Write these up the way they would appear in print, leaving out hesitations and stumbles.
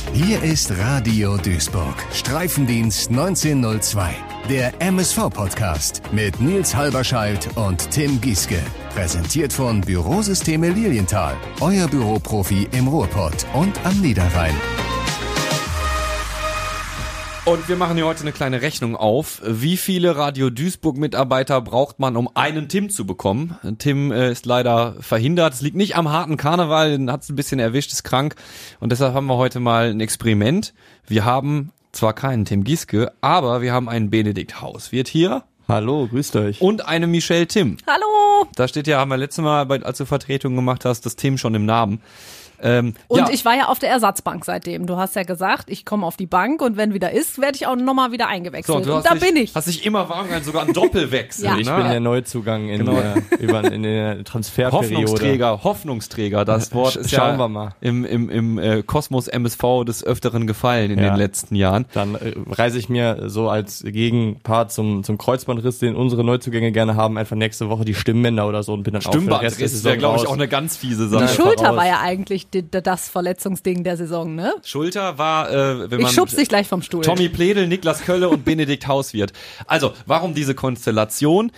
Hier ist Radio Duisburg, Streifendienst 1902, der MSV-Podcast mit Nils Halberscheidt und Tim Gieske. Präsentiert von Bürosysteme Lilienthal, euer Büroprofi im Ruhrpott und am Niederrhein. Und wir machen hier heute eine kleine Rechnung auf. Wie viele Radio Duisburg-Mitarbeiter braucht man, um einen Tim zu bekommen? Tim ist leider verhindert. Es liegt nicht am harten Karneval, den hat es ein bisschen erwischt, ist krank. Und deshalb haben wir heute mal ein Experiment. Wir haben zwar keinen Tim Gieske, aber wir haben einen Benedikt Hauswirt hier. Hallo, grüßt euch. Und eine Michelle Tim. Hallo! Da steht ja, haben wir letztes Mal, als du Vertretung gemacht hast, das Tim schon im Namen. Ich war ja auf der Ersatzbank seitdem. Du hast ja gesagt, ich komme auf die Bank und wenn wieder ist, werde ich auch nochmal wieder eingewechselt. So, und da bin ich. Hast dich immer warm gehalten, sogar ein Doppelwechsel. Ja. Ich bin der Neuzugang in der Transferperiode. Hoffnungsträger. Das Wort ist Schauen wir mal. im Kosmos MSV des Öfteren gefallen in den letzten Jahren. Dann reise ich mir so als Gegenpart zum Kreuzbandriss, den unsere Neuzugänge gerne haben, einfach nächste Woche die Stimmbänder oder so und bin dann auch für den Rest der Stimmbandriss Saison wäre, glaube ich, raus. auch eine ganz fiese Sache. Die Schulter war ja eigentlich das Verletzungsding der Saison, ne? Schulter war, wenn man... Ich schub's dich gleich vom Stuhl. Tommy Pledel, Niklas Kölle und Benedikt Hauswirt. Also, warum diese Konstellation?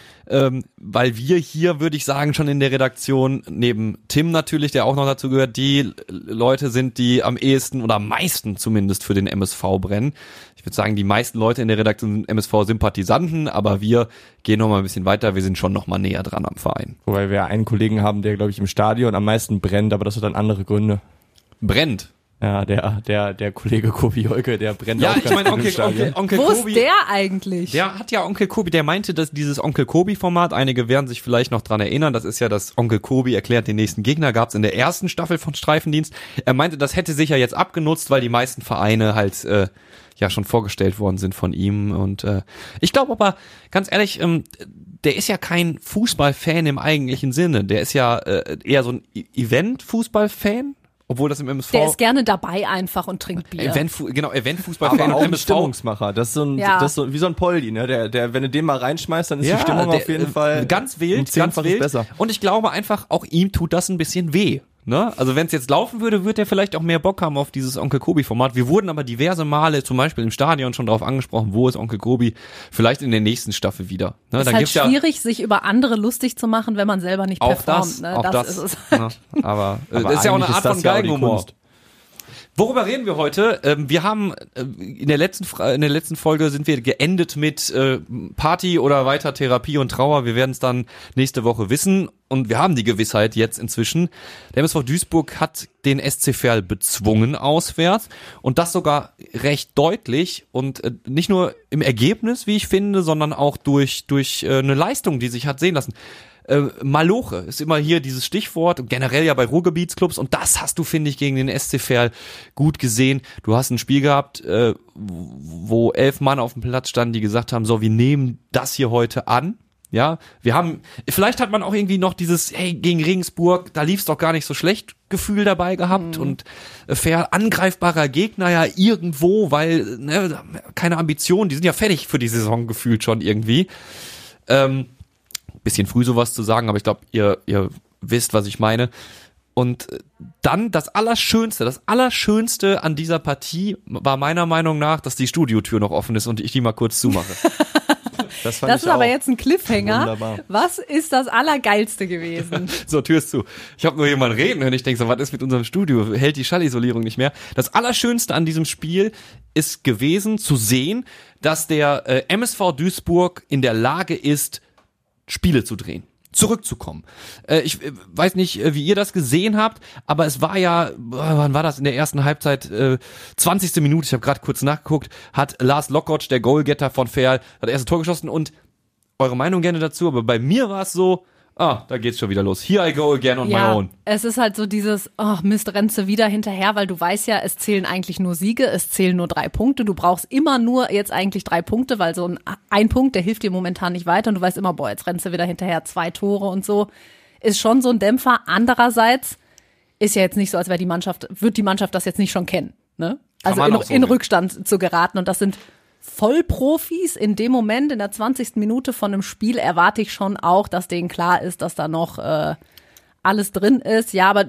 Weil wir hier, würde ich sagen, schon in der Redaktion, neben Tim natürlich, der auch noch dazu gehört, die Leute sind, die am ehesten oder am meisten zumindest für den MSV brennen. Ich würde sagen, die meisten Leute in der Redaktion sind MSV-Sympathisanten, aber wir gehen noch mal ein bisschen weiter, wir sind schon noch mal näher dran am Verein. Wobei wir einen Kollegen haben, der, glaube ich, im Stadion am meisten brennt, aber das hat dann andere Gründe. Brennt. Ja, der Kollege Kobi Holke, der brennt Ja, auch ich ganz meine, gut im Stadion. Onkel Wo Kobi, ist der eigentlich? der hat ja Onkel Kobi, der meinte, dass dieses Onkel Kobi-Format, einige werden sich vielleicht noch dran erinnern, das ist ja das Onkel Kobi erklärt den nächsten Gegner, gab's in der ersten Staffel von Streifendienst. Er meinte, das hätte sich ja jetzt abgenutzt, weil die meisten Vereine halt ja schon vorgestellt worden sind von ihm. Und ich glaube aber, ganz ehrlich, der ist ja kein Fußballfan im eigentlichen Sinne. Der ist ja eher so ein Event-Fußballfan. Obwohl das im MSV... Der ist gerne dabei einfach und trinkt Bier. Eventfußballfan Aber auch und ein MSV. Stimmungsmacher. Das ist so ein, das ist so wie so ein Poldi, ne? Der, wenn du den mal reinschmeißt, dann ist die Stimmung auf jeden Fall ganz wild, ganz wild. Besser. Und ich glaube einfach, auch ihm tut das ein bisschen weh. Ne? Also wenn es jetzt laufen würde, würde er vielleicht auch mehr Bock haben auf dieses Onkel Kobi-Format. Wir wurden aber diverse Male, zum Beispiel im Stadion, schon darauf angesprochen, wo ist Onkel Kobi, vielleicht in der nächsten Staffel wieder. Ne? Es ist halt schwierig, sich über andere lustig zu machen, wenn man selber nicht performt. Das ist es. Ja, aber das ist ja auch eine Art von Geigenhumor. Worüber reden wir heute? Wir haben in der letzten Folge sind wir geendet mit Party oder weiter Therapie und Trauer. Wir werden es dann nächste Woche wissen und wir haben die Gewissheit jetzt inzwischen. Der MSV Duisburg hat den SC Verl bezwungen auswärts und das sogar recht deutlich und nicht nur im Ergebnis, wie ich finde, sondern auch durch eine Leistung, die sich hat sehen lassen. Maloche ist immer hier dieses Stichwort, generell ja bei Ruhrgebietsclubs und das hast du, finde ich, gegen den SC Verl gut gesehen. Du hast ein Spiel gehabt, wo 11 Mann auf dem Platz standen, die gesagt haben, so, wir nehmen das hier heute an. Ja, vielleicht hat man auch irgendwie noch dieses, hey, gegen Regensburg, da lief's doch gar nicht so schlecht Gefühl dabei gehabt und Verl angreifbarer Gegner ja irgendwo, weil, ne, keine Ambition, die sind ja fertig für die Saison gefühlt schon irgendwie. Bisschen früh sowas zu sagen, aber ich glaube, ihr wisst, was ich meine. Und dann das Allerschönste an dieser Partie war meiner Meinung nach, dass die Studiotür noch offen ist und ich die mal kurz zumache. Das ist aber jetzt ein Cliffhanger. Wunderbar. Was ist das Allergeilste gewesen? So, Tür ist zu. Ich habe nur jemanden reden und ich denke so, was ist mit unserem Studio? Hält die Schallisolierung nicht mehr? Das Allerschönste an diesem Spiel ist gewesen, zu sehen, dass der MSV Duisburg in der Lage ist, Spiele zu drehen, zurückzukommen. Ich weiß nicht, wie ihr das gesehen habt, aber es war ja, wann war das in der ersten Halbzeit, 20. Minute, ich habe gerade kurz nachgeguckt, hat Lars Lokotsch, der Goalgetter von Verl, das erste Tor geschossen und eure Meinung gerne dazu, aber bei mir war es so, da geht's schon wieder los. Here I go again on my own. Es ist halt so dieses, Mist, rennst du wieder hinterher, weil du weißt ja, es zählen eigentlich nur Siege, es zählen nur 3 Punkte. Du brauchst immer nur jetzt eigentlich 3 Punkte, weil so ein Punkt, der hilft dir momentan nicht weiter und du weißt immer, jetzt rennst du wieder hinterher, 2 Tore und so. Ist schon so ein Dämpfer. Andererseits ist ja jetzt nicht so, als wird die Mannschaft das jetzt nicht schon kennen, ne? Also in Rückstand zu geraten und das sind Vollprofis. In dem Moment, in der 20. Minute von einem Spiel erwarte ich schon auch, dass denen klar ist, dass da noch alles drin ist. Ja, aber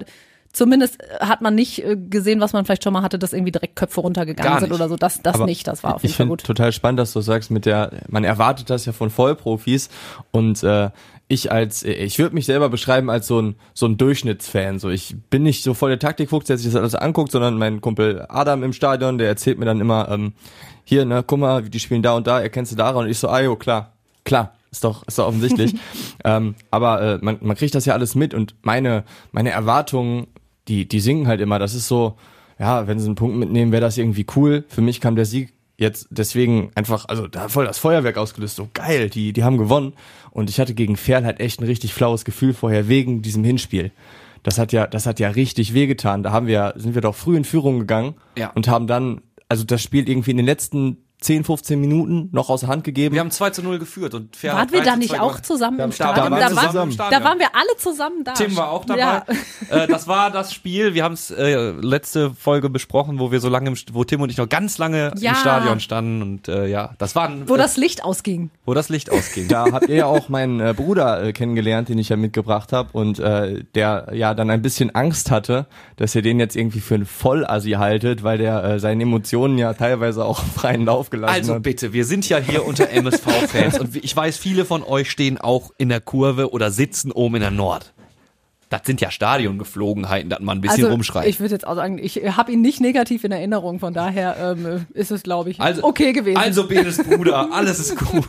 zumindest hat man nicht gesehen, was man vielleicht schon mal hatte, dass irgendwie direkt Köpfe runtergegangen sind oder so. Das nicht, das war auf jeden Fall gut. Ich finde total spannend, dass du sagst, man erwartet das ja von Vollprofis und ich würde mich selber beschreiben als so ein Durchschnittsfan. So, ich bin nicht so voll der Taktikfuchs, der sich das alles anguckt, sondern mein Kumpel Adam im Stadion, der erzählt mir dann immer, hier, ne, guck mal, die spielen da und da, erkennst du daran? Und ich so, jo, klar, ist doch offensichtlich. Aber man kriegt das ja alles mit und meine Erwartungen, die sinken halt immer. Das ist so, ja, wenn sie einen Punkt mitnehmen, wäre das irgendwie cool. Für mich kam der Sieg jetzt deswegen einfach, also da voll das Feuerwerk ausgelöst, so geil, die haben gewonnen. Und ich hatte gegen Ferl halt echt ein richtig flaues Gefühl vorher wegen diesem Hinspiel. Das hat ja richtig wehgetan. Da sind wir doch früh in Führung gegangen und haben dann, also das Spiel irgendwie in den letzten 10, 15 Minuten noch aus der Hand gegeben. Wir haben 2:0 geführt und Ferl waren wir da nicht auch zusammen im Stadion? Da waren wir alle zusammen da. Tim war auch dabei. Ja. Das war das Spiel, wir haben es letzte Folge besprochen, wo wir wo Tim und ich noch ganz lange im Stadion standen und das war wo das Licht ausging. Da habt ihr ja auch meinen Bruder kennengelernt, den ich ja mitgebracht habe und der ja dann ein bisschen Angst hatte, dass ihr den jetzt irgendwie für einen Vollassi haltet, weil der seinen Emotionen ja teilweise auch freien Lauf gelassen also hat. Bitte, wir sind ja hier unter MSV-Fans und ich weiß, viele von euch stehen auch in der Kurve oder sitzen oben in der Nord. Das sind ja Stadiongeflogenheiten, dass man ein bisschen rumschreit. Ich würde jetzt auch sagen, ich habe ihn nicht negativ in Erinnerung, von daher ist es, glaube ich, okay gewesen. Also Benes Bruder, alles ist gut.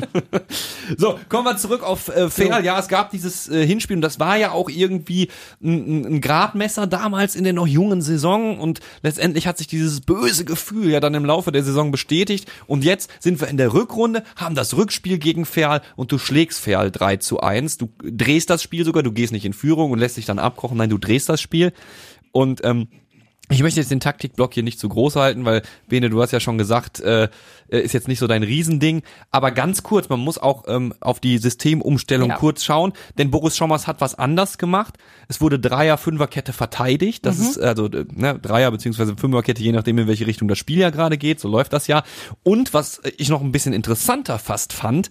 So, kommen wir zurück auf Ferl. Ja, es gab dieses Hinspiel und das war ja auch irgendwie ein Gradmesser damals in der noch jungen Saison und letztendlich hat sich dieses böse Gefühl ja dann im Laufe der Saison bestätigt und jetzt sind wir in der Rückrunde, haben das Rückspiel gegen Ferl und du schlägst Ferl 3:1. Du drehst das Spiel sogar, du gehst nicht in Führung und lässt dich dann abkochen. Nein, du drehst das Spiel. Und ich möchte jetzt den Taktikblock hier nicht zu groß halten, weil, Bene, du hast ja schon gesagt, ist jetzt nicht so dein Riesending. Aber ganz kurz, man muss auch auf die Systemumstellung kurz schauen, denn Boris Schommers hat was anders gemacht. Es wurde Dreier-Fünfer-Kette verteidigt. Das ist also Dreier- bzw. Fünferkette, je nachdem, in welche Richtung das Spiel ja gerade geht. So läuft das ja. Und was ich noch ein bisschen interessanter fast fand,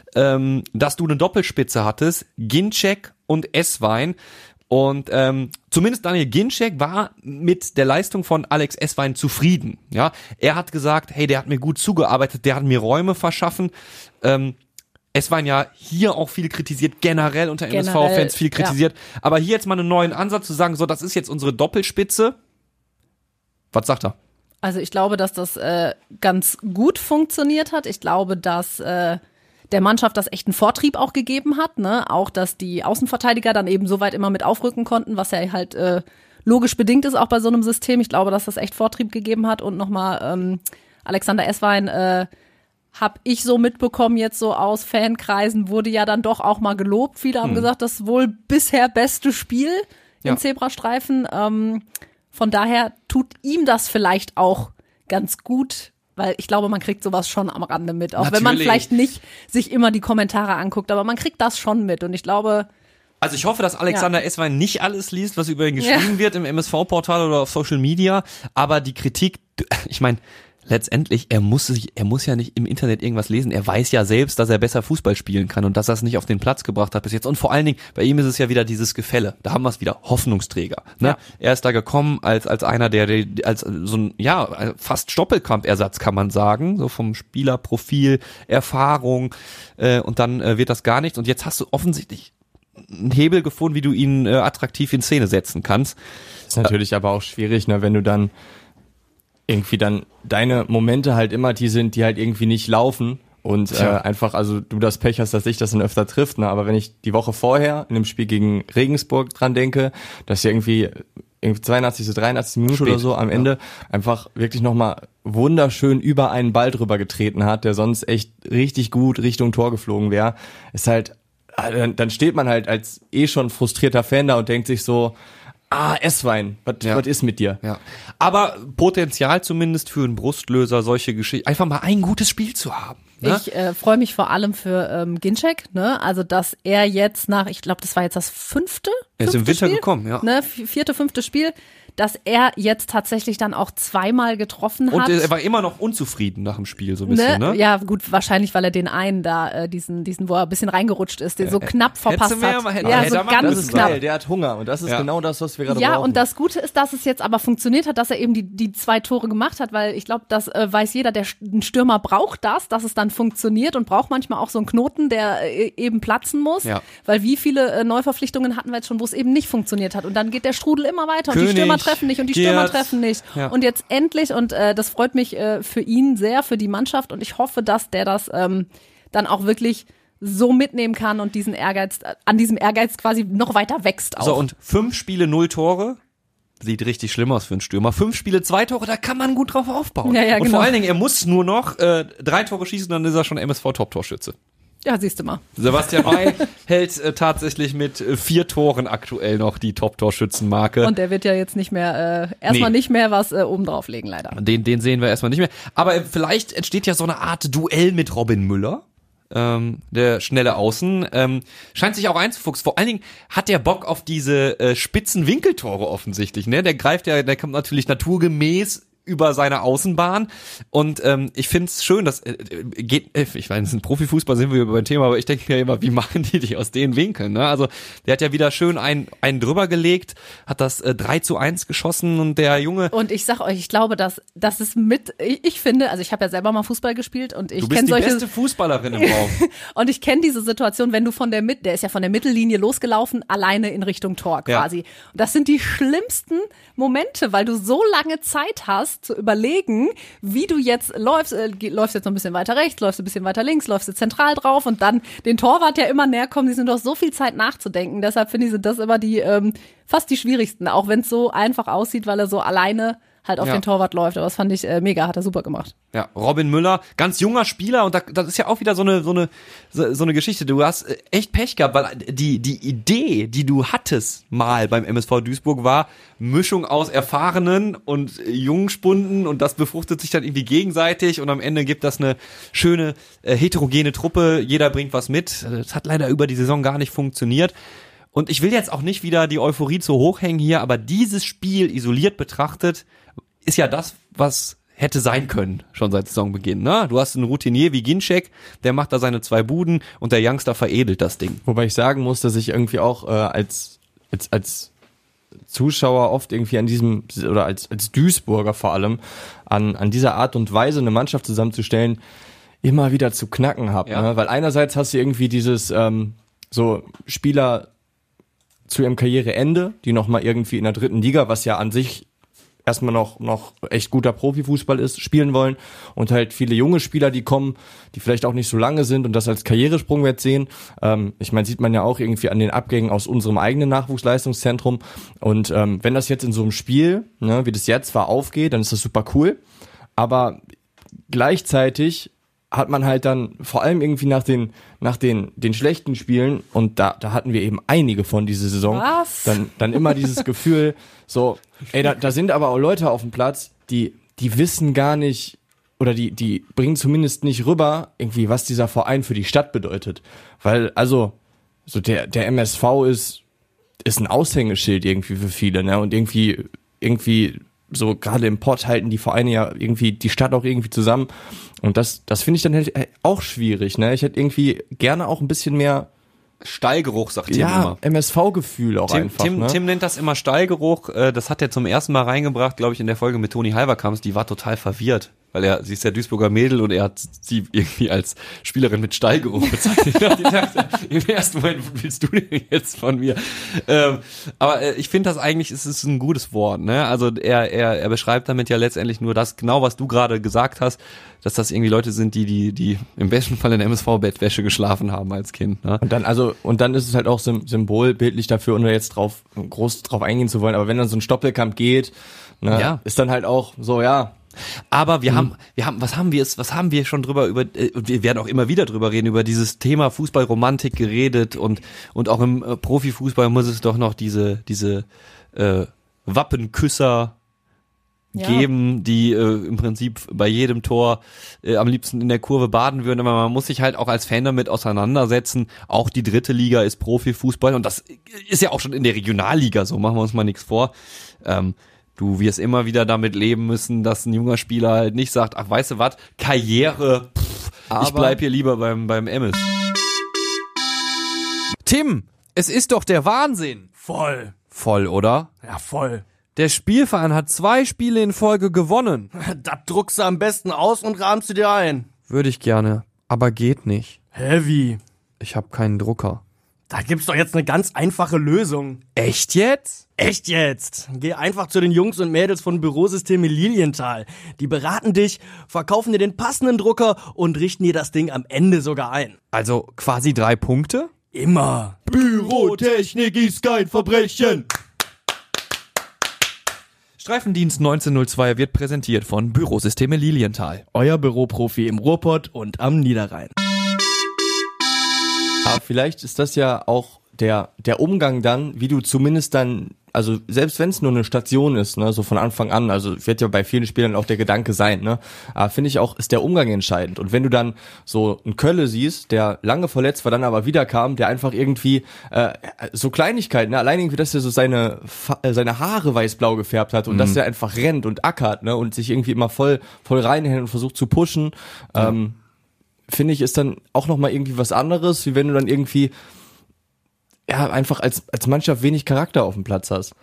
dass du eine Doppelspitze hattest, Ginczek und Esswein. Und zumindest Daniel Ginczek war mit der Leistung von Alex Esswein zufrieden. Ja, er hat gesagt, hey, der hat mir gut zugearbeitet, der hat mir Räume verschaffen. Esswein ja hier auch viel kritisiert, generell unter MSV-Fans viel kritisiert. Ja. Aber hier jetzt mal einen neuen Ansatz zu sagen, so, das ist jetzt unsere Doppelspitze. Was sagt er? Also ich glaube, dass das ganz gut funktioniert hat. Ich glaube, dass der Mannschaft das echt einen Vortrieb auch gegeben hat, ne? Auch, dass die Außenverteidiger dann eben so weit immer mit aufrücken konnten, was ja halt logisch bedingt ist, auch bei so einem System. Ich glaube, dass das echt Vortrieb gegeben hat. Und nochmal, Alexander Esswein habe ich so mitbekommen, jetzt so aus Fankreisen, wurde ja dann doch auch mal gelobt. Viele haben gesagt, das ist wohl bisher beste Spiel in Zebrastreifen. Von daher tut ihm das vielleicht auch ganz gut, weil ich glaube, man kriegt sowas schon am Rande mit. Auch natürlich, wenn man vielleicht nicht sich immer die Kommentare anguckt, aber man kriegt das schon mit. Und ich glaube... Also ich hoffe, dass Alexander Esswein nicht alles liest, was über ihn geschrieben wird im MSV-Portal oder auf Social Media. Aber die Kritik, ich meine, letztendlich, er muss ja nicht im Internet irgendwas lesen. Er weiß ja selbst, dass er besser Fußball spielen kann und dass er es nicht auf den Platz gebracht hat bis jetzt. Und vor allen Dingen, bei ihm ist es ja wieder dieses Gefälle. Da haben wir es wieder, Hoffnungsträger. Ne? Ja. Er ist da gekommen als einer, der als so ein, fast Stoppelkamp-Ersatz kann man sagen. So vom Spielerprofil, Erfahrung und dann wird das gar nichts. Und jetzt hast du offensichtlich einen Hebel gefunden, wie du ihn attraktiv in Szene setzen kannst. Ist natürlich aber auch schwierig, ne, wenn du dann irgendwie dann deine Momente halt immer die sind, die halt irgendwie nicht laufen und einfach, also du das Pech hast, dass dich das dann öfter trifft, ne? Aber wenn ich die Woche vorher in einem Spiel gegen Regensburg dran denke, dass ja irgendwie 82. 83. Minute oder so am Ende einfach wirklich nochmal wunderschön über einen Ball drüber getreten hat, der sonst echt richtig gut Richtung Tor geflogen wäre, ist halt, dann steht man halt als schon frustrierter Fan da und denkt sich so, Esswein, was ist mit dir? Ja. Aber Potenzial zumindest für einen Brustlöser, solche Geschichten, einfach mal ein gutes Spiel zu haben. Ne? Ich freue mich vor allem für Ginczek, ne? Also dass er jetzt ich glaube, das war jetzt das fünfte Er ist im Winter Spiel, gekommen, ja. Ne? 4., 5. Spiel, dass er jetzt tatsächlich dann auch zweimal getroffen hat. Und er war immer noch unzufrieden nach dem Spiel, so ein bisschen, ne? Ja, gut, wahrscheinlich, weil er den einen da, diesen, wo er ein bisschen reingerutscht ist, den so knapp verpasst hat. Ja, so ganz das ist knapp. geil, der hat Hunger und das ist genau das, was wir gerade brauchen. Ja, brauchen. und das Gute ist, dass es jetzt aber funktioniert hat, dass er eben die 2 Tore gemacht hat, weil ich glaube, das weiß jeder, ein Stürmer braucht das, dass es dann funktioniert und braucht manchmal auch so einen Knoten, der eben platzen muss, weil wie viele Neuverpflichtungen hatten wir jetzt schon, wo es eben nicht funktioniert hat und dann geht der Strudel immer weiter und die Stürmer treffen nicht und die Stürmer treffen nicht und jetzt endlich und das freut mich für ihn sehr, für die Mannschaft und ich hoffe, dass der das dann auch wirklich so mitnehmen kann und an diesem Ehrgeiz quasi noch weiter wächst auch. So, und 5 Spiele 0 Tore. Sieht richtig schlimm aus für einen Stürmer. 5 Spiele, 2 Tore, da kann man gut drauf aufbauen. Ja, und vor allen Dingen, er muss nur noch 3 Tore schießen, dann ist er schon MSV-Top-Torschütze. Ja, siehst du mal. Sebastian May hält tatsächlich mit 4 Toren aktuell noch die Top-Torschützenmarke. Und der wird ja jetzt nicht mehr, erstmal nicht mehr was oben drauflegen, leider. Den sehen wir erstmal nicht mehr. Aber vielleicht entsteht ja so eine Art Duell mit Robin Müller. Der schnelle Außen, scheint sich auch einzufuchsen. Vor allen Dingen hat der Bock auf diese spitzen Winkeltore offensichtlich, ne? Der kommt natürlich naturgemäß über seine Außenbahn und ich find's schön, dass ich meine, in Profifußball sind wir über ein Thema, aber ich denke mir immer, wie machen die aus den Winkeln, ne? Also der hat ja wieder schön einen drüber gelegt, hat das 3:1 geschossen und der Junge. Und ich sag euch, ich glaube, das ist ich finde, also ich habe ja selber mal Fußball gespielt und ich kenne solche. Du bist die beste Fußballerin im Raum. Und ich kenne diese Situation, wenn du der ist ja von der Mittellinie losgelaufen, alleine in Richtung Tor quasi. Ja. Und das sind die schlimmsten Momente, weil du so lange Zeit hast, zu überlegen, wie du jetzt läufst. Läufst jetzt noch ein bisschen weiter rechts, läufst ein bisschen weiter links, läufst du zentral drauf und dann den Torwart ja immer näher kommen. Die sind doch so viel Zeit nachzudenken. Deshalb finde ich, sind das immer fast die schwierigsten, auch wenn es so einfach aussieht, weil er so alleine halt auf den Torwart läuft. Aber das fand ich mega, hat er super gemacht. Ja, Robin Müller, ganz junger Spieler und das ist ja auch wieder so eine Geschichte. Du hast echt Pech gehabt, weil die Idee, die du hattest mal beim MSV Duisburg war Mischung aus Erfahrenen und Jungspunden und das befruchtet sich dann irgendwie gegenseitig und am Ende gibt das eine schöne heterogene Truppe. Jeder bringt was mit. Das hat leider über die Saison gar nicht funktioniert. Und ich will jetzt auch nicht wieder die Euphorie zu hoch hängen hier, aber dieses Spiel isoliert betrachtet ist ja das, was hätte sein können, schon seit Saisonbeginn. Ne? Du hast einen Routinier wie Ginczek, der macht da seine 2 Buden und der Youngster veredelt das Ding. Wobei ich sagen muss, dass ich irgendwie auch als Zuschauer oft irgendwie an diesem, oder als Duisburger vor allem, an dieser Art und Weise eine Mannschaft zusammenzustellen, immer wieder zu knacken habe. Ja. Ne? Weil einerseits hast du irgendwie dieses so Spieler zu ihrem Karriereende, die nochmal irgendwie in der 3. Liga, was ja an sich erstmal noch echt guter Profifußball ist, spielen wollen und halt viele junge Spieler, die kommen, die vielleicht auch nicht so lange sind und das als Karrieresprungwert sehen. Ich meine, sieht man ja auch irgendwie an den Abgängen aus unserem eigenen Nachwuchsleistungszentrum und wenn das jetzt in so einem Spiel, ne, wie das jetzt war, aufgeht, dann ist das super cool, aber gleichzeitig hat man halt dann vor allem irgendwie nach den schlechten Spielen und da hatten wir eben einige von dieser Saison, dann immer dieses Gefühl, so, ey, da sind aber auch Leute auf dem Platz, die wissen gar nicht oder die bringen zumindest nicht rüber, irgendwie, was dieser Verein für die Stadt bedeutet. Weil, also, so der MSV ist ein Aushängeschild irgendwie für viele, ne? Und irgendwie so gerade im Pott halten die Vereine ja irgendwie die Stadt auch irgendwie zusammen. Und das finde ich dann halt auch schwierig, ne? Ich hätte irgendwie gerne auch ein bisschen mehr Stallgeruch, sagt Tim immer. Ja, MSV-Gefühl auch einfach. Tim nennt das immer Stallgeruch. Das hat er zum ersten Mal reingebracht, glaube ich, in der Folge mit Toni Halverkamps. Die war total verwirrt, weil sie ist ja Duisburger Mädel und er hat sie irgendwie als Spielerin mit Stallgeruch bezeichnet. Ich dachte, im ersten Moment, was willst du denn jetzt von mir? Aber ich finde das eigentlich, es ist ein gutes Wort, ne? Also er beschreibt damit ja letztendlich nur das, genau was du gerade gesagt hast, dass das irgendwie Leute sind, die im besten Fall in der MSV-Bettwäsche geschlafen haben als Kind, ne? Und dann ist es halt auch symbolbildlich dafür, ohne jetzt groß drauf eingehen zu wollen, aber wenn dann so ein Stoppelkampf geht, ne, ja, ist dann halt auch so, ja. Aber was haben wir schon drüber und wir werden auch immer wieder drüber reden, über dieses Thema Fußballromantik geredet und auch im Profifußball muss es doch noch diese Wappenküsser geben, die im Prinzip bei jedem Tor am liebsten in der Kurve baden würden, aber man muss sich halt auch als Fan damit auseinandersetzen. Auch die 3. Liga ist Profifußball und das ist ja auch schon in der Regionalliga so, machen wir uns mal nichts vor. Du wirst immer wieder damit leben müssen, dass ein junger Spieler halt nicht sagt, ach, weißt du was, Karriere, ich bleib hier lieber beim Emmes. Tim, es ist doch der Wahnsinn. Voll, oder? Ja, voll. Der Spielverein hat 2 Spiele in Folge gewonnen. Das druckst du am besten aus und rahmst du dir ein. Würde ich gerne, aber geht nicht. Heavy. Ich habe keinen Drucker. Da gibt's doch jetzt eine ganz einfache Lösung. Echt jetzt? Echt jetzt? Geh einfach zu den Jungs und Mädels von Bürosysteme Lilienthal. Die beraten dich, verkaufen dir den passenden Drucker und richten dir das Ding am Ende sogar ein. Also quasi 3 Punkte? Immer. Bürotechnik ist kein Verbrechen. Streifendienst 1902 wird präsentiert von Bürosysteme Lilienthal. Euer Büroprofi im Ruhrpott und am Niederrhein. Aber vielleicht ist das ja auch der Umgang dann, wie du zumindest dann, also selbst wenn es nur eine Station ist, ne, so von Anfang an, also wird ja bei vielen Spielern auch der Gedanke sein, ne, aber finde ich auch, ist der Umgang entscheidend. Und wenn du dann so einen Kölle siehst, der lange verletzt war, dann aber wieder kam, der einfach irgendwie so Kleinigkeiten, ne, allein irgendwie, dass er so seine Haare weiß-blau gefärbt hat und dass der einfach rennt und ackert, ne, und sich irgendwie immer voll reinhält und versucht zu pushen, finde ich, ist dann auch nochmal irgendwie was anderes, wie wenn du dann irgendwie einfach als Mannschaft wenig Charakter auf dem Platz hast.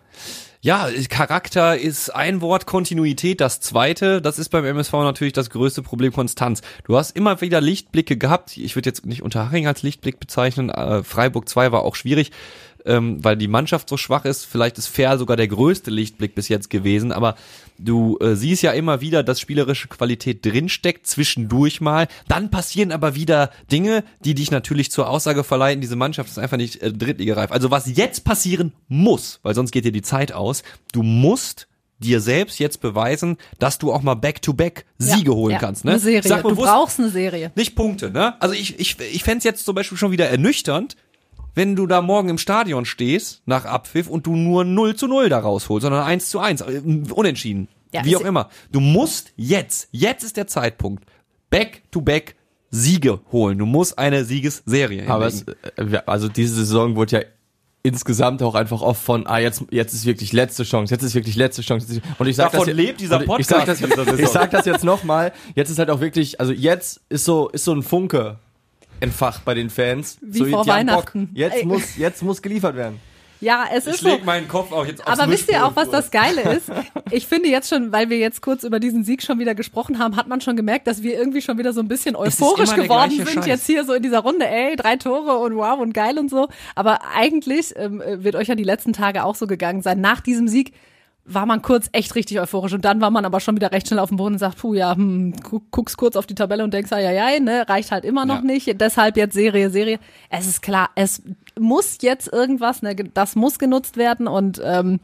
Ja, Charakter ist ein Wort, Kontinuität das zweite. Das ist beim MSV natürlich das größte Problem, Konstanz. Du hast immer wieder Lichtblicke gehabt. Ich würde jetzt nicht Unterhaching als Lichtblick bezeichnen. Freiburg 2 war auch schwierig, weil die Mannschaft so schwach ist. Vielleicht ist Ferl sogar der größte Lichtblick bis jetzt gewesen. Aber du siehst ja immer wieder, dass spielerische Qualität drinsteckt, zwischendurch mal. Dann passieren aber wieder Dinge, die dich natürlich zur Aussage verleiten, diese Mannschaft ist einfach nicht drittligareif. Also was jetzt passieren muss, weil sonst geht dir die Zeit aus, du musst dir selbst jetzt beweisen, dass du auch mal Back-to-Back Siege holen kannst. Ne? Eine Serie, Sag mal, du brauchst eine Serie. Nicht Punkte, ne? Also ich fänd's jetzt zum Beispiel schon wieder ernüchternd, wenn du da morgen im Stadion stehst, nach Abpfiff, und du nur 0:0 da rausholst, sondern 1:1, unentschieden, wie auch immer. Du musst jetzt ist der Zeitpunkt, Back-to-Back Siege holen. Du musst eine Siegesserie Aber hinlegen. also diese Saison wurde ja insgesamt auch einfach oft von, jetzt ist wirklich letzte Chance. Und ich sag Davon das, lebt dieser Podcast. Ich sag das jetzt nochmal, jetzt ist halt auch wirklich, also jetzt ist so ein Funke entfacht bei den Fans. Wie so, vor Weihnachten. Jetzt muss geliefert werden. Ja, es ist Ich so. leg meinen Kopf auch jetzt aufs Aber wisst ihr auch, was Mischpult. das Geile ist? Ich finde jetzt schon, weil wir jetzt kurz über diesen Sieg schon wieder gesprochen haben, hat man schon gemerkt, dass wir irgendwie schon wieder so ein bisschen ist euphorisch immer der geworden gleiche sind Scheiß. jetzt hier so in dieser Runde. 3 Tore und wow und geil und so. Aber eigentlich wird euch ja die letzten Tage auch so gegangen sein. Nach diesem Sieg war man kurz echt richtig euphorisch und dann war man aber schon wieder recht schnell auf dem Boden und sagt, guckst kurz auf die Tabelle und denkst, ne, reicht halt immer noch nicht, deshalb jetzt Serie. Es ist klar, es muss jetzt irgendwas, ne, das muss genutzt werden und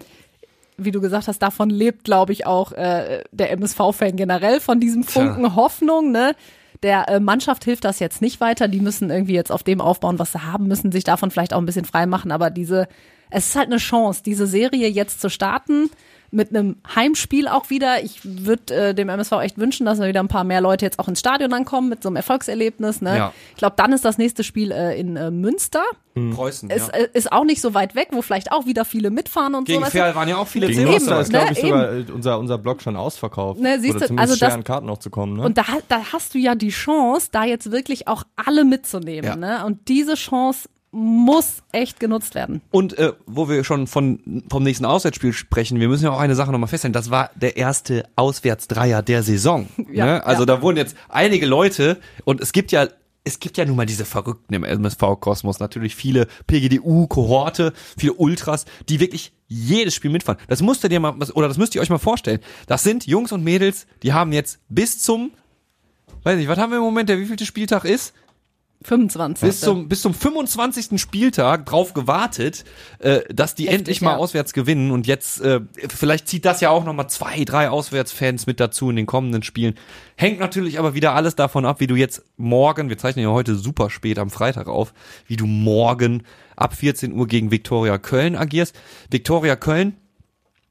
wie du gesagt hast, davon lebt, glaube ich, auch der MSV-Fan generell, von diesem Funken Hoffnung, ne. Der Mannschaft hilft das jetzt nicht weiter, die müssen irgendwie jetzt auf dem aufbauen, was sie haben, müssen sich davon vielleicht auch ein bisschen frei machen, aber es ist halt eine Chance, diese Serie jetzt zu starten, mit einem Heimspiel auch wieder. Ich würde dem MSV echt wünschen, dass wieder ein paar mehr Leute jetzt auch ins Stadion ankommen mit so einem Erfolgserlebnis. Ne? Ja. Ich glaube, dann ist das nächste Spiel in Münster. Preußen, Es ist auch nicht so weit weg, wo vielleicht auch wieder viele mitfahren und Gegen so. Ferl waren ja auch viele Gegen Zehner. Münster ist, glaube ich, Ne, sogar unser Blog schon ausverkauft. Ne, siehst oder du, zumindest also das- schweren Karten noch zu kommen. Ne? Und da hast du ja die Chance, da jetzt wirklich auch alle mitzunehmen. Ja. Ne? Und diese Chance muss echt genutzt werden. Und wo wir schon vom nächsten Auswärtsspiel sprechen, wir müssen ja auch eine Sache nochmal feststellen, das war der erste Auswärtsdreier der Saison. Ja, ne? Also ja. da wurden jetzt einige Leute, und es gibt ja nun mal diese Verrückten im MSV-Kosmos, natürlich viele PGDU-Kohorte, viele Ultras, die wirklich jedes Spiel mitfahren. Das müsst ihr euch mal vorstellen. Das sind Jungs und Mädels, die haben jetzt bis zum, weiß nicht, was haben wir im Moment, der wievielte Spieltag ist? 25. Bis zum 25. Spieltag drauf gewartet, dass die Heftig, endlich mal ja. auswärts gewinnen, und jetzt vielleicht zieht das ja auch nochmal 2, 3 Auswärtsfans mit dazu in den kommenden Spielen. Hängt natürlich aber wieder alles davon ab, wie du jetzt morgen, wir zeichnen ja heute super spät am Freitag auf, wie du morgen ab 14 Uhr gegen Viktoria Köln agierst. Viktoria Köln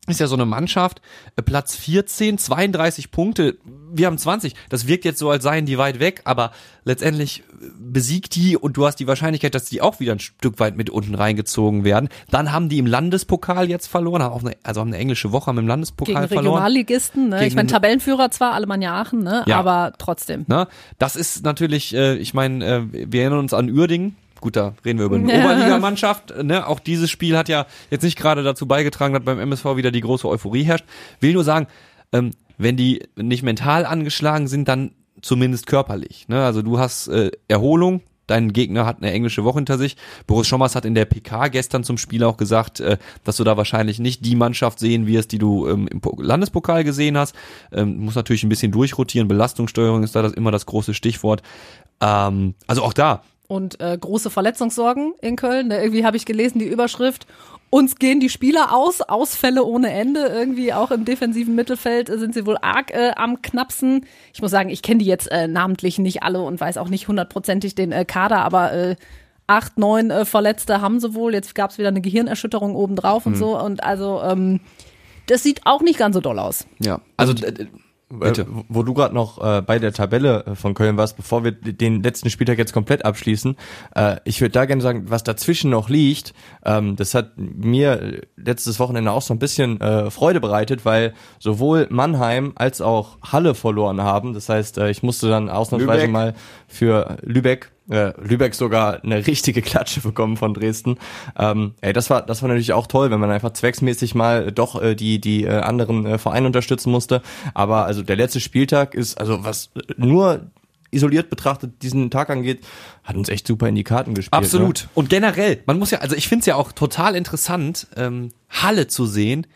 ist ja so eine Mannschaft, Platz 14, 32 Punkte, wir haben 20. Das wirkt jetzt so, als seien die weit weg, aber letztendlich besiegt die und du hast die Wahrscheinlichkeit, dass die auch wieder ein Stück weit mit unten reingezogen werden. Dann haben die im Landespokal jetzt verloren, haben eine englische Woche, haben im Landespokal gegen verloren. Regionalligisten, ne? Ich meine, Tabellenführer zwar, Alemannia Aachen, ne? Ja. Aber trotzdem. Ne? Das ist natürlich, wir erinnern uns an Uerdingen. Gut, da reden wir über eine Oberligamannschaft. Ne? Auch dieses Spiel hat ja jetzt nicht gerade dazu beigetragen, dass beim MSV wieder die große Euphorie herrscht. Will nur sagen, wenn die nicht mental angeschlagen sind, dann zumindest körperlich. Ne? Also du hast Erholung, dein Gegner hat eine englische Woche hinter sich. Boris Schommers hat in der PK gestern zum Spiel auch gesagt, dass du da wahrscheinlich nicht die Mannschaft sehen wirst, die du im Landespokal gesehen hast. Muss natürlich ein bisschen durchrotieren. Belastungssteuerung ist da immer das große Stichwort. Also auch da. Und große Verletzungssorgen in Köln. Irgendwie habe ich gelesen, die Überschrift: Uns gehen die Spieler aus, Ausfälle ohne Ende. Irgendwie auch im defensiven Mittelfeld sind sie wohl arg am knappsten. Ich muss sagen, ich kenne die jetzt namentlich nicht alle und weiß auch nicht hundertprozentig den Kader, aber 8, 9 Verletzte haben sie wohl. Jetzt gab es wieder eine Gehirnerschütterung obendrauf und so. Und also das sieht auch nicht ganz so doll aus. Ja, also wo du gerade noch bei der Tabelle von Köln warst, bevor wir den letzten Spieltag jetzt komplett abschließen, ich würde da gerne sagen, was dazwischen noch liegt, das hat mir letztes Wochenende auch so ein bisschen Freude bereitet, weil sowohl Mannheim als auch Halle verloren haben. Das heißt, ich musste dann ausnahmsweise mal für Lübeck sogar eine richtige Klatsche bekommen von Dresden. Das war natürlich auch toll, wenn man einfach zwecksmäßig mal doch die anderen Vereine unterstützen musste. Aber also der letzte Spieltag ist, also was nur isoliert betrachtet diesen Tag angeht, hat uns echt super in die Karten gespielt. Absolut. Ne? Und generell, man muss ja, also ich finde es ja auch total interessant, Halle zu sehen.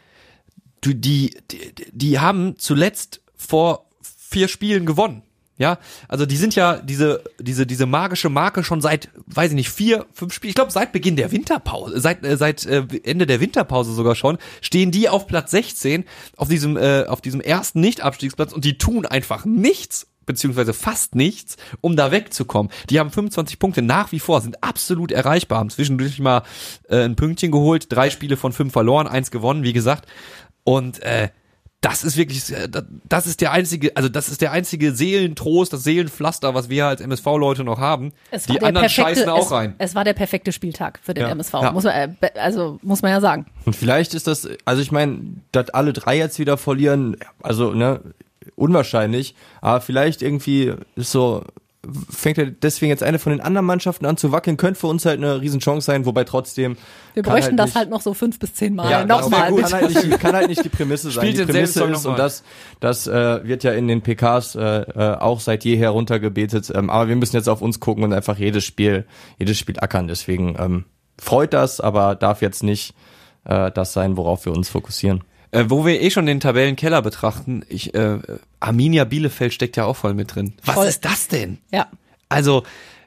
Die haben zuletzt vor 4 Spielen gewonnen. Ja, also die sind ja diese magische Marke schon seit, weiß ich nicht, 4, 5 Spielen, ich glaube seit Beginn der Winterpause, seit Ende der Winterpause sogar schon, stehen die auf Platz 16 auf diesem ersten Nicht-Abstiegsplatz und die tun einfach nichts, beziehungsweise fast nichts, um da wegzukommen. Die haben 25 Punkte nach wie vor, sind absolut erreichbar, haben zwischendurch mal ein Pünktchen geholt, 3 Spiele von 5 verloren, 1 gewonnen, wie gesagt. Und das ist wirklich, das ist der einzige Seelentrost, das Seelenpflaster, was wir als MSV-Leute noch haben. Die anderen scheißen auch rein. Es war der perfekte Spieltag für den MSV, ja. muss man ja sagen. Und vielleicht ist das, also ich meine, dass alle 3 jetzt wieder verlieren, also ne, unwahrscheinlich, aber vielleicht irgendwie ist so, fängt ja deswegen jetzt eine von den anderen Mannschaften an zu wackeln, könnte für uns halt eine Riesenchance sein, wobei trotzdem wir bräuchten das halt noch so 5 bis 10 Mal. Ja, nochmal. Kann halt nicht die Prämisse sein. Die Prämisse ist, und das wird ja in den PKs auch seit jeher runtergebetet, aber wir müssen jetzt auf uns gucken und einfach jedes Spiel ackern, deswegen freut das, aber darf jetzt nicht das sein, worauf wir uns fokussieren. Wo wir schon den Tabellenkeller betrachten, Arminia Bielefeld steckt ja auch voll mit drin. Was ist das denn? Ja. Also,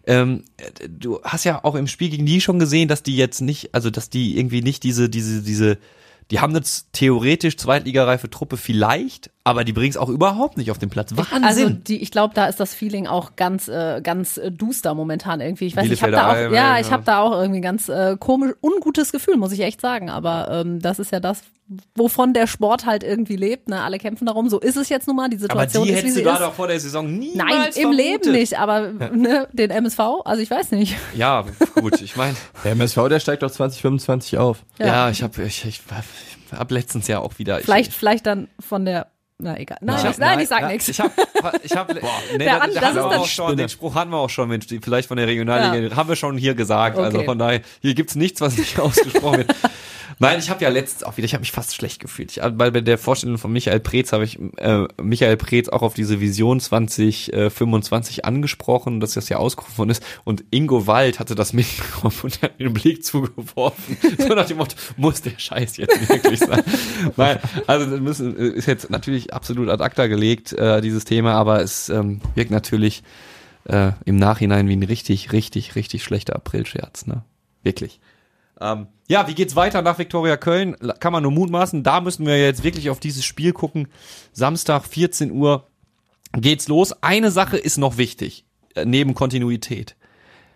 du hast ja auch im Spiel gegen die schon gesehen, dass die jetzt nicht, also dass die irgendwie nicht diese, die haben jetzt theoretisch zweitligareife Truppe vielleicht, aber die bringen es auch überhaupt nicht auf den Platz. Wahnsinn. Also ich glaube, da ist das Feeling auch ganz duster momentan irgendwie. Ich weiß, ich habe da auch irgendwie ganz komisch, ungutes Gefühl, muss ich echt sagen. Aber das ist ja das, wovon der Sport halt irgendwie lebt. Ne? Alle kämpfen darum. So ist es jetzt nun mal. Die Situation aber die ist, wie sie ist. hättest du da doch vor der Saison niemals Nein, im Leben nicht. Aber ne, den MSV, also ich weiß nicht. Ja, gut, ich meine. Der MSV, der steigt doch 2025 auf. Ja, ich hab letztens ja auch wieder. Vielleicht dann von der. Na egal. Nein, ich sag nichts. Den Spruch hatten wir auch schon, Mensch, vielleicht von der Regionalliga, haben wir schon hier gesagt. Okay. Also von daher, hier gibt's nichts, was nicht ausgesprochen wird. Nein, ich habe ja letztens auch wieder, ich habe mich fast schlecht gefühlt. Bei der Vorstellung von Michael Preetz habe ich Michael Preetz auch auf diese Vision 2025 angesprochen, dass das ja ausgerufen worden ist. Und Ingo Wald hatte das mitbekommen und hat mir den Blick zugeworfen. So nach dem Motto, muss der Scheiß jetzt wirklich sein? Nein, also das ist jetzt natürlich absolut ad acta gelegt, dieses Thema, aber es wirkt natürlich im Nachhinein wie ein richtig, richtig, richtig schlechter Aprilscherz, ne? Wirklich. Ja, wie geht's weiter nach Viktoria Köln? Kann man nur mutmaßen. Da müssen wir jetzt wirklich auf dieses Spiel gucken. Samstag, 14 Uhr geht's los. Eine Sache ist noch wichtig, neben Kontinuität.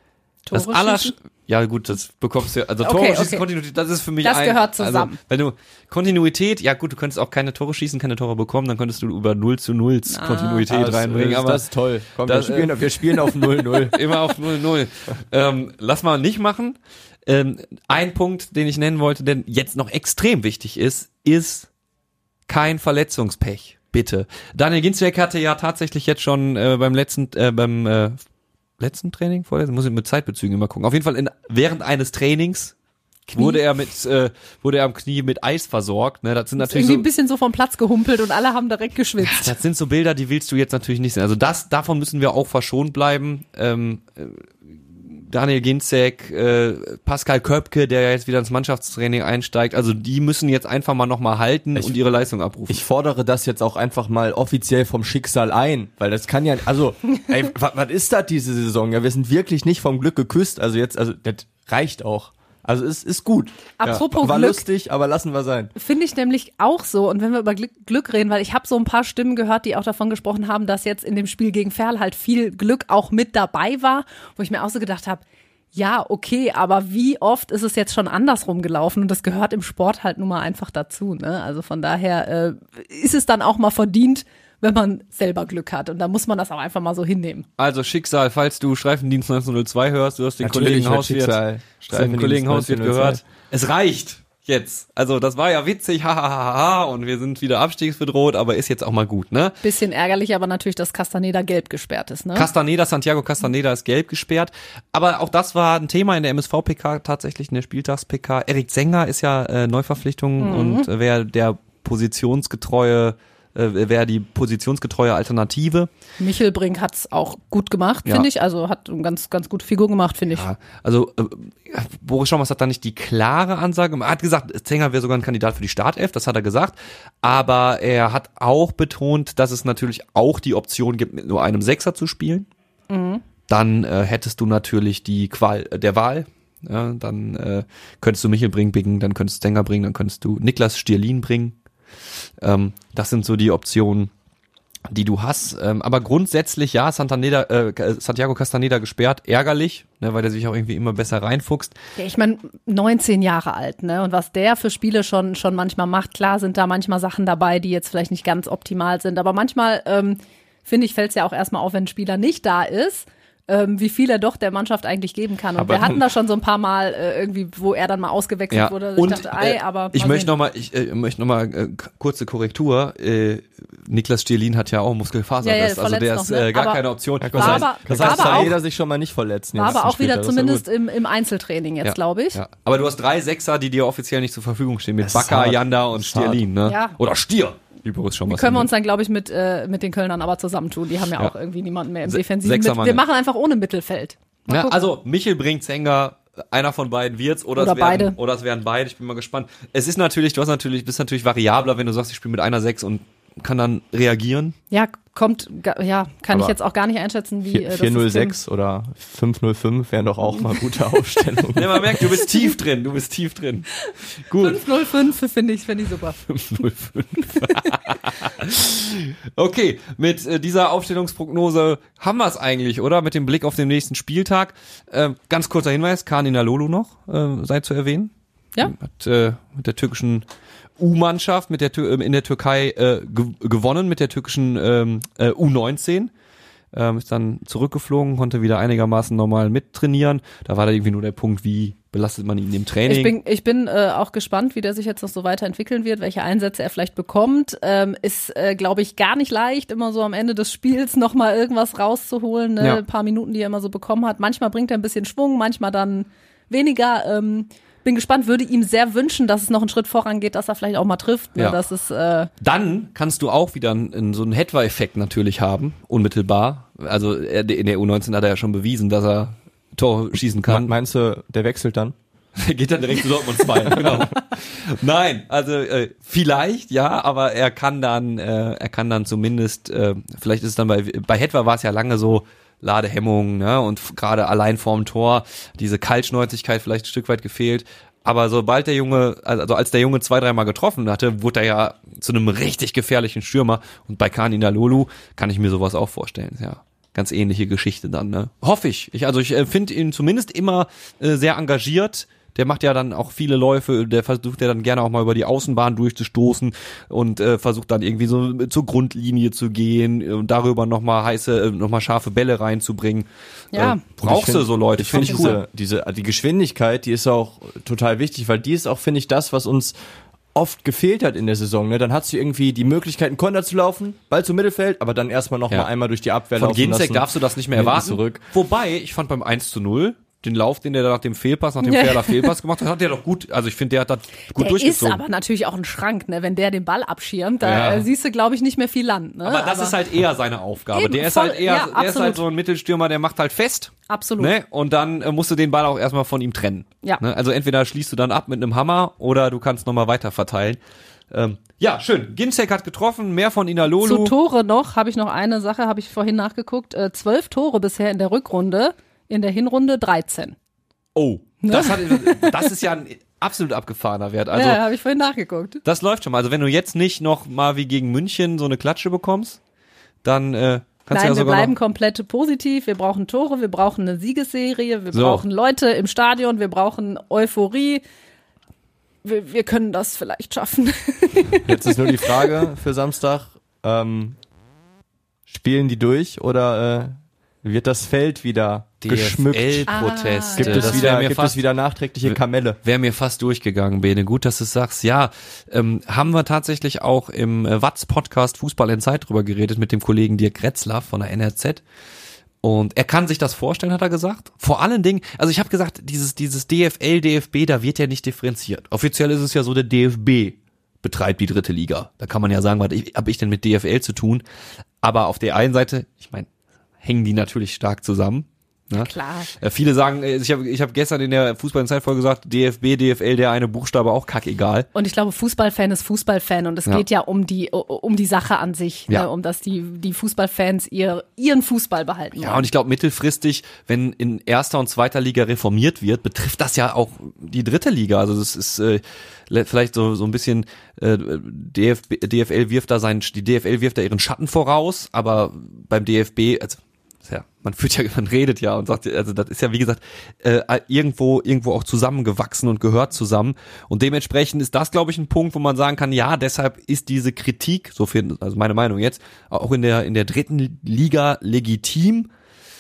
Ja gut, das bekommst du, also Tore schießen, Kontinuität, das ist für mich das gehört zusammen. Also, wenn du Kontinuität, ja gut, du könntest auch keine Tore schießen, keine Tore bekommen, dann könntest du über 0:0 Kontinuität reinbringen. Aber das ist toll. Komm, wir spielen auf 0:0. Immer auf 0:0. Lass mal nicht machen. Ein Punkt, den ich nennen wollte, der jetzt noch extrem wichtig ist kein Verletzungspech. Bitte. Daniel Ginczek hatte ja tatsächlich jetzt schon beim letzten Training, muss ich mit Zeitbezügen immer gucken. Auf jeden Fall während eines Trainings wurde er am Knie mit Eis versorgt. Ne, das sind natürlich irgendwie ein bisschen so vom Platz gehumpelt und alle haben direkt geschwitzt. Das sind so Bilder, die willst du jetzt natürlich nicht sehen. Also davon müssen wir auch verschont bleiben. Daniel Ginczek, Pascal Köpke, der jetzt wieder ins Mannschaftstraining einsteigt, also die müssen jetzt einfach mal nochmal halten und ihre Leistung abrufen. Ich fordere das jetzt auch einfach mal offiziell vom Schicksal ein, weil das kann ja, also, ey, was ist das diese Saison? Ja, wir sind wirklich nicht vom Glück geküsst, also das reicht auch. Also es ist gut. Apropos war Glück, lustig, aber lassen wir sein. Finde ich nämlich auch so. Und wenn wir über Glück reden, weil ich habe so ein paar Stimmen gehört, die auch davon gesprochen haben, dass jetzt in dem Spiel gegen Ferl halt viel Glück auch mit dabei war, wo ich mir auch so gedacht habe, ja, okay, aber wie oft ist es jetzt schon andersrum gelaufen? Und das gehört im Sport halt nun mal einfach dazu. Ne? Also von daher ist es dann auch mal verdient, wenn man selber Glück hat. Und da muss man das auch einfach mal so hinnehmen. Also Schicksal, falls du Streifendienst 1902 hörst, du hast den Kollegen Hauswirt gehört. Es reicht jetzt. Also das war ja witzig, hahaha, und wir sind wieder abstiegsbedroht, aber ist jetzt auch mal gut, ne? Bisschen ärgerlich, aber natürlich, dass Castaneda gelb gesperrt ist, ne? Santiago Castaneda ist gelb gesperrt. Aber auch das war ein Thema in der MSV-PK, tatsächlich in der Spieltags-PK. Erik Zenger ist ja Neuverpflichtung und wäre die positionsgetreue Alternative. Michelbrink hat's auch gut gemacht, finde ich. Also hat eine ganz gute Figur gemacht, finde ich. Ja, also Boris Schommers hat da nicht die klare Ansage. Er hat gesagt, Zenger wäre sogar ein Kandidat für die Startelf, das hat er gesagt. Aber er hat auch betont, dass es natürlich auch die Option gibt, mit nur einem Sechser zu spielen. Mhm. Dann hättest du natürlich die Qual der Wahl. Ja, dann könntest du Michelbrink bringen, dann könntest du Zenger bringen, dann könntest du Niklas Stierlin bringen. Das sind so die Optionen, die du hast. Aber grundsätzlich, ja, Santiago Castaneda gesperrt, ärgerlich, ne, weil der sich auch irgendwie immer besser reinfuchst. Ja, ich meine, 19 Jahre alt, ne? Und was der für Spiele schon manchmal macht, klar sind da manchmal Sachen dabei, die jetzt vielleicht nicht ganz optimal sind. Aber manchmal, finde ich, fällt es ja auch erstmal auf, wenn ein Spieler nicht da ist, wie viel er doch der Mannschaft eigentlich geben kann. Und aber wir hatten da schon so ein paar Mal irgendwie, wo er dann mal ausgewechselt wurde. Ich dachte, aber ich möchte nochmal kurze Korrektur. Niklas Stierlin hat ja auch Muskelfaserriss, also der ist gar keine Option. Das heißt, kann jeder sich schon mal nicht verletzen. War aber auch wieder zumindest im Einzeltraining jetzt, glaube ich. Ja. Aber du hast 3 Sechser, die dir offiziell nicht zur Verfügung stehen, mit Bakker, Janda und Stierlin. Ne? Ja. Oder Stier. Die können wir uns dann, glaube ich, mit den Kölnern aber zusammentun. Die haben ja auch irgendwie niemanden mehr im Defensiven. Wir machen einfach ohne Mittelfeld. Ja, also Michelbrink, Zenger, einer von beiden wird's oder es werden beide. Ich bin mal gespannt. Es ist natürlich, bist natürlich variabler, wenn du sagst, ich spiele mit einer 6 und kann dann reagieren. Ja, kann ich jetzt auch gar nicht einschätzen, wie 4-0-6 oder 5-0-5 wären doch auch mal gute Aufstellungen. Ja, man merkt, du bist tief drin. Gut. 5-0-5 finde ich super. 5-0-5. Okay, mit dieser Aufstellungsprognose haben wir es eigentlich, oder? Mit dem Blick auf den nächsten Spieltag. Ganz kurzer Hinweis, Kaan İnanolu noch, sei zu erwähnen. Ja. Hat mit der türkischen U-Mannschaft in der Türkei gewonnen, mit der türkischen U19. Ist dann zurückgeflogen, konnte wieder einigermaßen normal mittrainieren. Da war da irgendwie nur der Punkt, wie belastet man ihn im Training. Ich bin auch gespannt, wie der sich jetzt noch so weiterentwickeln wird, welche Einsätze er vielleicht bekommt. Ist, glaube ich, gar nicht leicht, immer so am Ende des Spiels nochmal irgendwas rauszuholen. Ne? Ja. Ein paar Minuten, die er immer so bekommen hat. Manchmal bringt er ein bisschen Schwung, manchmal dann weniger. Bin gespannt, würde ihm sehr wünschen, dass es noch einen Schritt vorangeht, dass er vielleicht auch mal trifft. Ne? Ja. Das ist, dann kannst du auch wieder so einen Hetwa-Effekt natürlich haben, unmittelbar. Also in der U19 hat er ja schon bewiesen, dass er Tor schießen kann. Meinst du, der wechselt dann? Der geht dann direkt zu Dortmund 2, genau. Nein, also vielleicht, ja, aber er kann dann zumindest, vielleicht ist es dann bei Hetwa war es ja lange so, Ladehemmung, ne, und gerade allein vorm Tor, diese Kaltschnäuzigkeit vielleicht ein Stück weit gefehlt. Aber sobald der Junge, also als der Junge 2-3 Mal getroffen hatte, wurde er ja zu einem richtig gefährlichen Stürmer. Und bei Kaan İnanolu kann ich mir sowas auch vorstellen, ja. ganz ähnliche Geschichte dann, ne? Hoffe ich. Ich finde ihn zumindest immer sehr engagiert. Der macht ja dann auch viele Läufe, der versucht ja dann gerne auch mal über die Außenbahn durchzustoßen und versucht dann irgendwie so zur Grundlinie zu gehen und darüber nochmal scharfe Bälle reinzubringen. Ja. Brauchst du so Leute, ich finde cool. Die Geschwindigkeit, die ist auch total wichtig, weil die ist auch, finde ich, das, was uns oft gefehlt hat in der Saison. Ne? Dann hast du irgendwie die Möglichkeit, einen Konter zu laufen, Ball zum Mittelfeld, aber dann erstmal noch mal einmal durch die Abwehr laufen lassen. Von Ginczek darfst du das nicht mehr erwarten. Zurück. Wobei, ich fand beim 1:0 den Lauf, den der da nach dem Ferler Fehlpass gemacht hat der doch gut, also ich finde, der hat das gut durchgezogen. Der ist aber natürlich auch ein Schrank, ne? Wenn der den Ball abschirmt, da siehst du, glaube ich, nicht mehr viel Land. Ne? Aber das ist halt eher seine Aufgabe. Eben, der ist halt so ein Mittelstürmer, der macht halt fest. Absolut. Ne? Und dann musst du den Ball auch erstmal von ihm trennen. Ja. Ne? Also entweder schließt du dann ab mit einem Hammer oder du kannst nochmal weiter verteilen. Ja, schön. Ginczek hat getroffen, mehr von Inalolu. Zu Tore noch, habe ich noch eine Sache, habe ich vorhin nachgeguckt. 12 Tore bisher in der Rückrunde, in der Hinrunde 13. Oh, das ist ja ein absolut abgefahrener Wert. Also, ja, habe ich vorhin nachgeguckt. Das läuft schon mal. Also wenn du jetzt nicht noch mal wie gegen München so eine Klatsche bekommst, dann kannst du ja sogar wir bleiben komplett positiv. Wir brauchen Tore, wir brauchen eine Siegesserie, wir brauchen Leute im Stadion, wir brauchen Euphorie. Wir können das vielleicht schaffen. Jetzt ist nur die Frage für Samstag, spielen die durch oder wird das Feld wieder geschmückt? DFL-Proteste. Gibt es wieder nachträgliche Kamelle? Wäre mir fast durchgegangen, Bene. Gut, dass du es sagst. Ja, haben wir tatsächlich auch im Watz-Podcast Fußball in Zeit drüber geredet mit dem Kollegen Dirk Retzlaff von der NRZ. Und er kann sich das vorstellen, hat er gesagt. Vor allen Dingen, also ich habe gesagt, dieses DFL, DFB, da wird ja nicht differenziert. Offiziell ist es ja so, der DFB betreibt die 3. Liga. Da kann man ja sagen, was habe ich denn mit DFL zu tun? Aber auf der einen Seite, ich meine, hängen die natürlich stark zusammen. Ne? Klar. Viele sagen, ich hab gestern in der Fußball in Zeitfolge gesagt, DFB, DFL, der eine Buchstabe auch kackegal. Und ich glaube, Fußballfan ist Fußballfan und es geht ja um die Sache an sich, ne? Um dass die Fußballfans ihren Fußball behalten wollen. Ja, und ich glaube mittelfristig, wenn in 1. und 2. Liga reformiert wird, betrifft das ja auch die 3. Liga. Also das ist vielleicht so ein bisschen die DFL wirft da ihren Schatten voraus, aber beim DFB, also ja, man redet ja und sagt, also das ist ja wie gesagt irgendwo auch zusammengewachsen und gehört zusammen und dementsprechend ist das, glaube ich, ein Punkt, wo man sagen kann, ja, deshalb ist diese Kritik, also meine Meinung jetzt, auch in der 3. Liga legitim.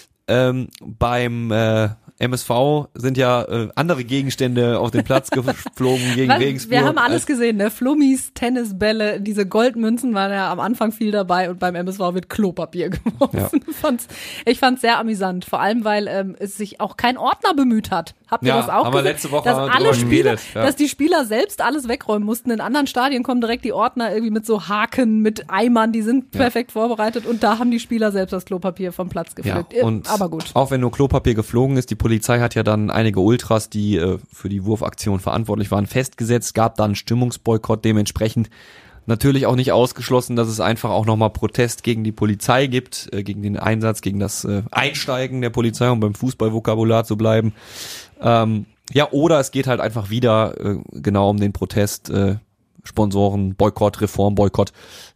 Beim MSV sind ja andere Gegenstände auf den Platz geflogen gegen Regensburg. Wir haben alles gesehen, ne? Flummis, Tennisbälle, diese Goldmünzen waren ja am Anfang viel dabei und beim MSV wird Klopapier geworfen. Ja. Ich fand's sehr amüsant, vor allem, weil es sich auch kein Ordner bemüht hat. Habt ihr das auch haben gesehen? Wir letzte Woche dass die Spieler selbst alles wegräumen mussten. In anderen Stadien kommen direkt die Ordner irgendwie mit so Haken, mit Eimern, die sind perfekt vorbereitet und da haben die Spieler selbst das Klopapier vom Platz gepflückt. Ja, und aber gut. Auch wenn nur Klopapier geflogen ist, die Polizei hat ja dann einige Ultras, die für die Wurfaktion verantwortlich waren, festgesetzt, gab dann Stimmungsboykott, dementsprechend natürlich auch nicht ausgeschlossen, dass es einfach auch nochmal Protest gegen die Polizei gibt, gegen den Einsatz, gegen das Einsteigen der Polizei, um beim Fußballvokabular zu bleiben. Oder es geht halt einfach wieder genau um den Protest, Sponsoren, Boykott, Reformboykott.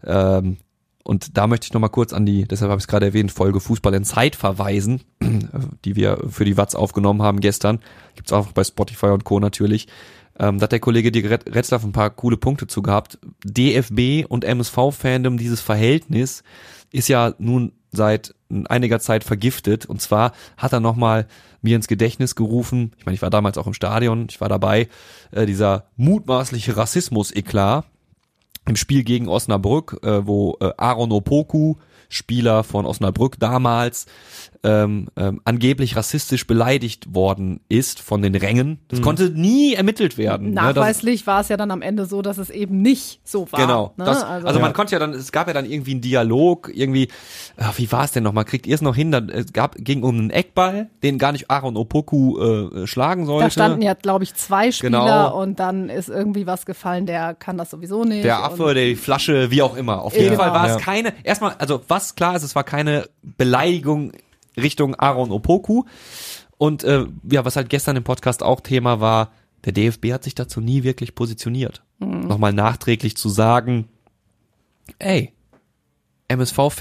Und da möchte ich nochmal kurz an deshalb habe ich es gerade erwähnt, Folge Fußball in Zeit verweisen, die wir für die Watz aufgenommen haben gestern. Gibt's auch bei Spotify und Co. natürlich. Da hat der Kollege Dirk Retzlaff ein paar coole Punkte zu gehabt. DFB und MSV-Fandom, dieses Verhältnis ist ja nun seit einiger Zeit vergiftet. Und zwar hat er nochmal mir ins Gedächtnis gerufen, ich meine, ich war damals auch im Stadion, ich war dabei, dieser mutmaßliche Rassismus-Eklat im Spiel gegen Osnabrück, wo Aaron Opoku, Spieler von Osnabrück damals, angeblich rassistisch beleidigt worden ist von den Rängen. Das konnte nie ermittelt werden. Nachweislich war es ja dann am Ende so, dass es eben nicht so war. Genau. Ne? Also man konnte ja dann, es gab ja dann irgendwie einen Dialog, irgendwie, wie war es denn nochmal? Kriegt ihr es noch hin? Ging um einen Eckball, den gar nicht Aaron Opoku schlagen sollte. Da standen ja, glaube ich, 2 Spieler und dann ist irgendwie was gefallen, der kann das sowieso nicht. Der Affe, die Flasche, wie auch immer. Auf jeden Fall war es keine, erstmal, also was klar ist, es war keine Beleidigung Richtung Aaron Opoku. Und was halt gestern im Podcast auch Thema war, der DFB hat sich dazu nie wirklich positioniert. Nochmal nachträglich zu sagen, ey, MSV-Fans,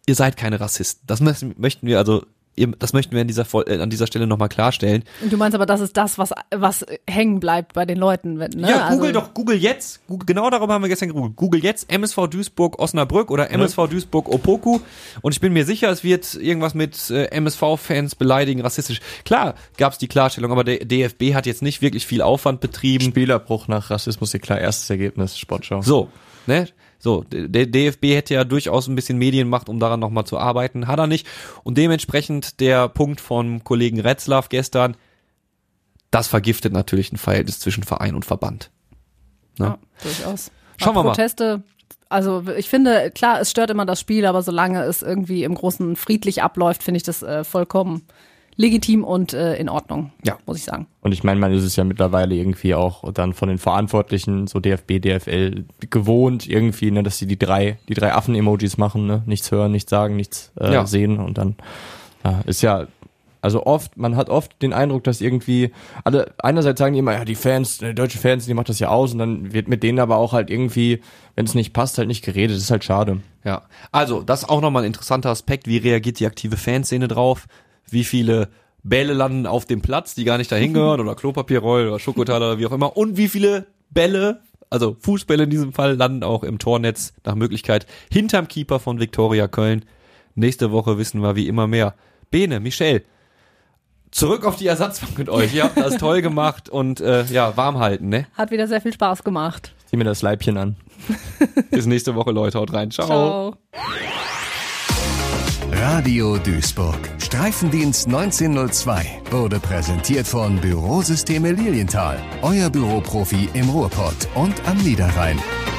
ihr seid keine Rassisten. Das möchten wir an dieser Stelle nochmal klarstellen. Und du meinst aber, das ist das, was hängen bleibt bei den Leuten. Ne? Ja, Google jetzt, genau darüber haben wir gestern gegoogelt. Google jetzt MSV Duisburg Osnabrück oder MSV Duisburg Opoku und ich bin mir sicher, es wird irgendwas mit MSV-Fans beleidigen, rassistisch. Klar gab's die Klarstellung, aber der DFB hat jetzt nicht wirklich viel Aufwand betrieben. Spielerbruch nach Rassismus, ja klar, erstes Ergebnis, Sportschau. So, ne? So, der DFB hätte ja durchaus ein bisschen Medienmacht, um daran nochmal zu arbeiten. Hat er nicht. Und dementsprechend der Punkt vom Kollegen Retzlaff gestern, das vergiftet natürlich ein Verhältnis zwischen Verein und Verband. Ne? Ja, durchaus. Schauen wir mal. Proteste, also ich finde, klar, es stört immer das Spiel, aber solange es irgendwie im Großen friedlich abläuft, finde ich das vollkommen legitim und in Ordnung, muss ich sagen. Und ich meine, man ist es ja mittlerweile irgendwie auch dann von den Verantwortlichen, so DFB, DFL, gewohnt irgendwie, ne, dass sie die drei Affen-Emojis machen, ne, nichts hören, nichts sagen, nichts sehen und dann ist ja, also man hat oft den Eindruck, dass irgendwie einerseits sagen die immer, ja, die Fans, deutsche Fans, die macht das ja aus und dann wird mit denen aber auch halt irgendwie, wenn es nicht passt, halt nicht geredet, das ist halt schade. Ja, also das ist auch nochmal ein interessanter Aspekt, wie reagiert die aktive Fanszene drauf? Wie viele Bälle landen auf dem Platz, die gar nicht dahin gehören, oder Klopapierroll oder Schokoteile oder wie auch immer. Und wie viele Bälle, also Fußbälle in diesem Fall, landen auch im Tornetz nach Möglichkeit hinterm Keeper von Viktoria Köln. Nächste Woche wissen wir wie immer mehr. Bene, Michel, zurück auf die Ersatzbank mit euch. Ihr habt das toll gemacht und warm halten, ne? Hat wieder sehr viel Spaß gemacht. Zieh mir das Leibchen an. Bis nächste Woche, Leute. Haut rein. Ciao. Ciao. Radio Duisburg. Streifendienst 1902 wurde präsentiert von Bürosysteme Lilienthal. Euer Büroprofi im Ruhrpott und am Niederrhein.